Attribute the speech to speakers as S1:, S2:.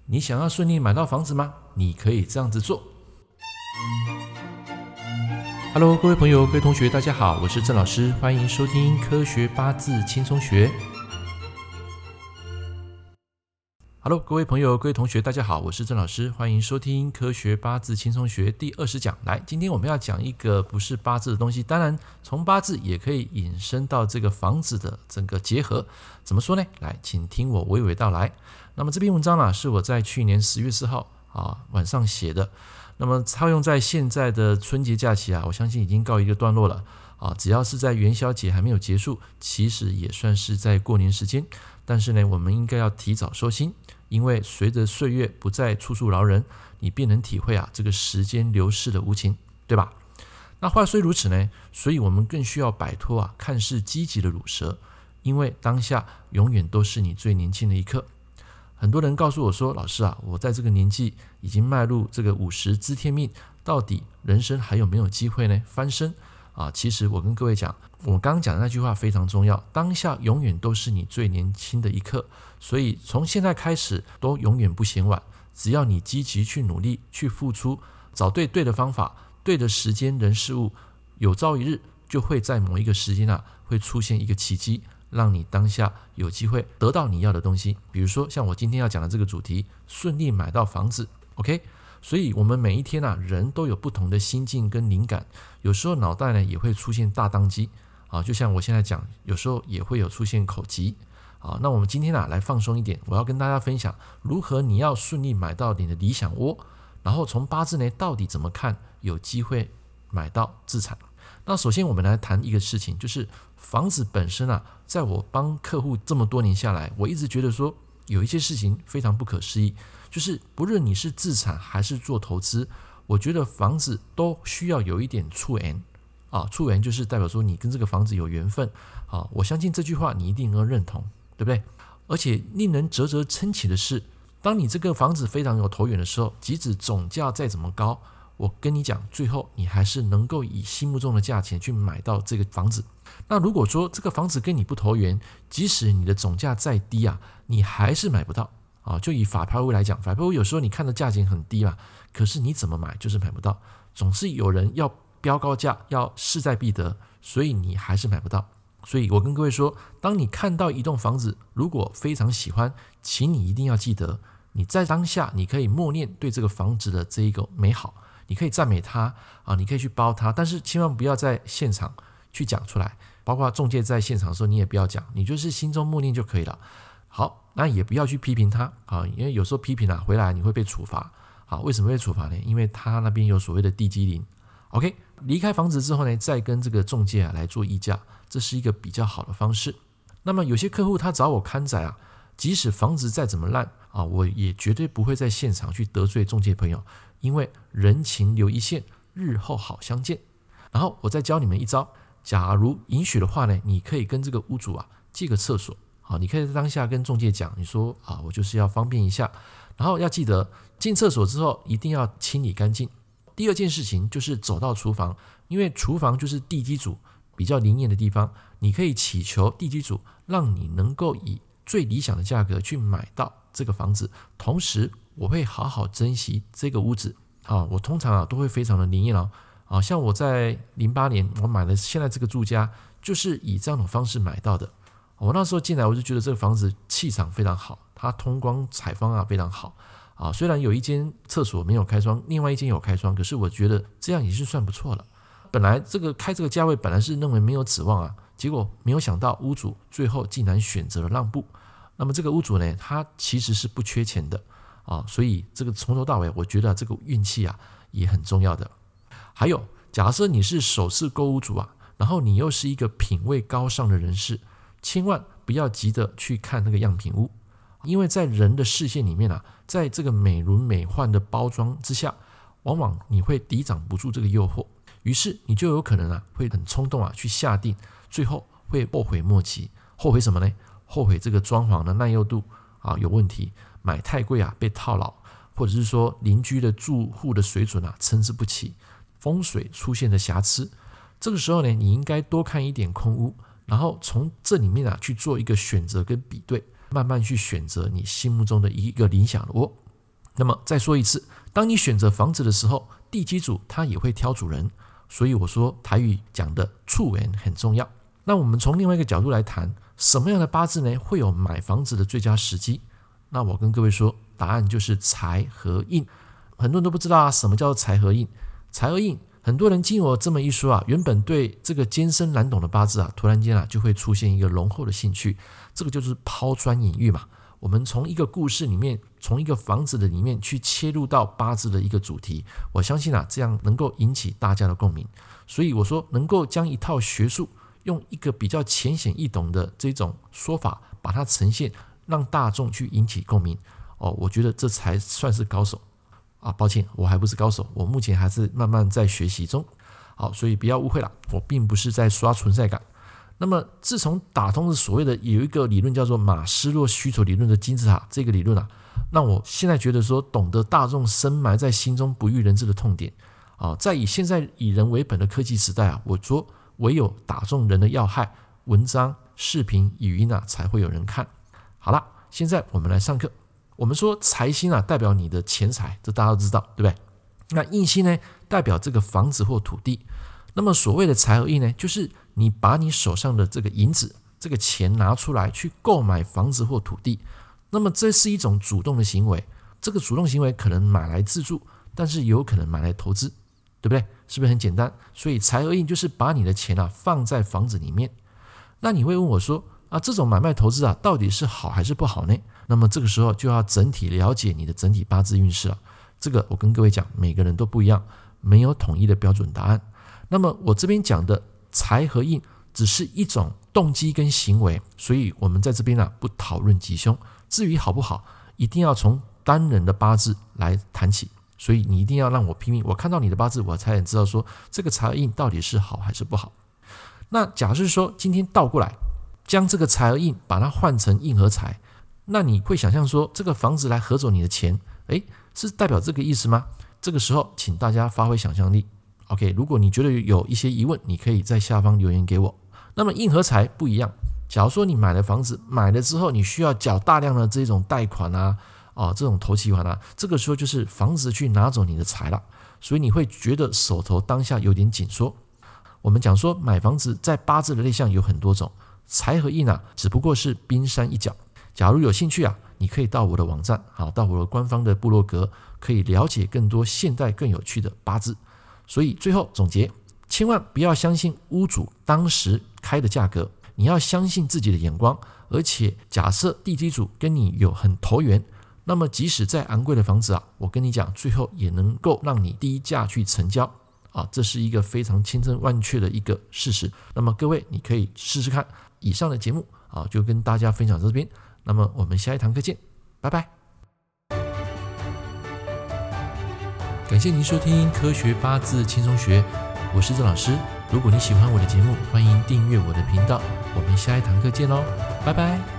S1: 你想要顺利买到房子吗？你可以这样子做。Hello， 各位朋友、各位同学，大家好，我是郑老师，欢迎收听科学八字轻松学。Hello， 各位朋友、各位同学，大家好，我是郑老师，欢迎收听科学八字轻松学第20讲。来，今天我们要讲一个不是八字的东西，当然从八字也可以引申到这个房子的整个结合。怎么说呢？来，请听我娓娓道来。那么这篇文章是我在去年10月4号晚上写的。那么套用在现在的春节假期我相信已经告一个段落了只要是在元宵节还没有结束，其实也算是在过年时间。但是呢，我们应该要提早收心，因为随着岁月不再处处劳人，你便能体会这个时间流逝的无情，对吧？那话虽如此呢，所以我们更需要摆脱看似积极的乳蛇，因为当下永远都是你最年轻的一刻。很多人告诉我说，老师我在这个年纪已经迈入这个50知天命，到底人生还有没有机会呢？翻身其实我跟各位讲，我刚刚讲的那句话非常重要，当下永远都是你最年轻的一刻，所以从现在开始都永远不嫌晚，只要你积极去努力去付出，找对的方法，对的时间人事物，有朝一日就会在某一个时间会出现一个奇迹，让你当下有机会得到你要的东西。比如说像我今天要讲的这个主题，顺利买到房子 OK。所以我们每一天人都有不同的心境跟灵感，有时候脑袋也会出现大当机就像我现在讲，有时候也会有出现口疾那我们今天来放松一点，我要跟大家分享如何你要顺利买到你的理想窝，然后从八字到底怎么看有机会买到自产。那首先我们来谈一个事情，就是房子本身在我帮客户这么多年下来，我一直觉得说有一些事情非常不可思议，就是不论你是自产还是做投资，我觉得房子都需要有一点触缘触缘就是代表说你跟这个房子有缘分我相信这句话你一定能认同，对不对？而且令人啧啧称奇的是，当你这个房子非常有投缘的时候，即使总价再怎么高，我跟你讲，最后你还是能够以心目中的价钱去买到这个房子。那如果说这个房子跟你不投缘，即使你的总价再低你还是买不到就以法拍屋来讲，法拍屋有时候你看的价钱很低可是你怎么买就是买不到，总是有人要标高价，要势在必得，所以你还是买不到。所以我跟各位说，当你看到一栋房子如果非常喜欢，请你一定要记得，你在当下你可以默念对这个房子的这一个美好，你可以赞美它你可以去包它，但是千万不要在现场去讲出来，包括仲介在现场的时候你也不要讲，你就是心中默念就可以了。好，那也不要去批评他因为有时候批评回来你会被处罚为什么会处罚呢？因为他那边有所谓的地基灵 OK。 离开房子之后呢，再跟这个仲介来做议价，这是一个比较好的方式。那么有些客户他找我看宅即使房子再怎么烂我也绝对不会在现场去得罪仲介朋友，因为人情留一线，日后好相见。然后我再教你们一招，假如允许的话呢，你可以跟这个屋主借个厕所你可以在当下跟仲介讲，你说我就是要方便一下，然后要记得进厕所之后一定要清理干净。第二件事情就是走到厨房，因为厨房就是地基主比较灵验的地方，你可以祈求地基主让你能够以最理想的价格去买到这个房子，同时我会好好珍惜这个屋子我通常都会非常的灵验像我在08年我买了现在这个住家，就是以这样的方式买到的。我那时候进来我就觉得这个房子气场非常好，它通光采光非常好虽然有一间厕所没有开窗，另外一间有开窗，可是我觉得这样也是算不错了。本来这个价位本来是认为没有指望结果没有想到屋主最后竟然选择了让步。那么这个屋主呢，他其实是不缺钱的所以这个从头到尾我觉得这个运气也很重要的。还有假设你是首次购屋主然后你又是一个品味高尚的人士，千万不要急着去看那个样品屋，因为在人的视线里面在这个美轮美奂的包装之下，往往你会抵挡不住这个诱惑，于是你就有可能会很冲动去下定，最后会后悔莫及。后悔什么呢？后悔这个装潢的耐用度有问题，买太贵被套牢，或者是说邻居的住户的水准参差不齐，风水出现的瑕疵。这个时候呢，你应该多看一点空屋，然后从这里面去做一个选择跟比对，慢慢去选择你心目中的一个理想的窝。 那么再说一次，当你选择房子的时候，地基主他也会挑主人，所以我说台语讲的处缘很重要。那我们从另外一个角度来谈，什么样的八字呢会有买房子的最佳时机？那我跟各位说，答案就是财合印。很多人都不知道啊，什么叫财合印？财合印，很多人经我这么一说啊，原本对这个艰深难懂的八字啊，突然间啊就会出现一个浓厚的兴趣。这个就是抛砖引玉嘛。我们从一个故事里面，从一个房子的里面去切入到八字的一个主题，我相信啊，这样能够引起大家的共鸣。所以我说，能够将一套学术用一个比较浅显易懂的这种说法，把它呈现，让大众去引起共鸣。我觉得这才算是高手啊！抱歉，我还不是高手，我目前还是慢慢在学习中。好，所以不要误会了，我并不是在刷存在感。那么自从打通了所谓的有一个理论叫做马斯洛需求理论的金字塔这个理论啊，让我现在觉得说，懂得大众深埋在心中不欲人知的痛点啊，在现在以人为本的科技时代啊，我说唯有打中人的要害，文章、视频、语音啊才会有人看。好了，现在我们来上课。我们说财星啊代表你的钱财，这大家都知道，对不对？那印星呢代表这个房子或土地。那么所谓的财合印呢，就是你把你手上的这个银子、这个钱拿出来去购买房子或土地。那么这是一种主动的行为，这个主动行为可能买来自住，但是有可能买来投资，对不对？是不是很简单？所以财合印就是把你的钱啊放在房子里面。那你会问我说啊，这种买卖投资啊到底是好还是不好呢？那么这个时候就要整体了解你的整体八字运势了。这个我跟各位讲，每个人都不一样，没有统一的标准答案。那么我这边讲的财合印只是一种动机跟行为，所以我们在这边不讨论吉凶。至于好不好，一定要从单人的八字来谈起。所以你一定要让我拼命，我看到你的八字，我才能知道说这个财合印到底是好还是不好。那假设说今天倒过来，将这个财合印把它换成印合财，那你会想象说这个房子来合走你的钱，是代表这个意思吗？这个时候请大家发挥想象力。OK， 如果你觉得有一些疑问，你可以在下方留言给我。那么印合财不一样，假如说你买了房子，买了之后你需要缴大量的这种贷款这种头期款这个时候就是房子去拿走你的财了，所以你会觉得手头当下有点紧缩。我们讲说买房子在八字的类象有很多种，财和印只不过是冰山一角。假如有兴趣你可以到我的网站，到我的官方的部落格，可以了解更多现代更有趣的八字。所以最后总结，千万不要相信屋主当时开的价格，你要相信自己的眼光。而且假设地基主跟你有很投缘，那么即使再昂贵的房子我跟你讲，最后也能够让你低价去成交这是一个非常千真万确的一个事实。那么各位你可以试试看。以上的节目就跟大家分享到这边，那么我们下一堂课见，拜拜。感谢您收听科学八字轻松学，我是郑老师。如果你喜欢我的节目，欢迎订阅我的频道。我们下一堂课见喽，拜拜。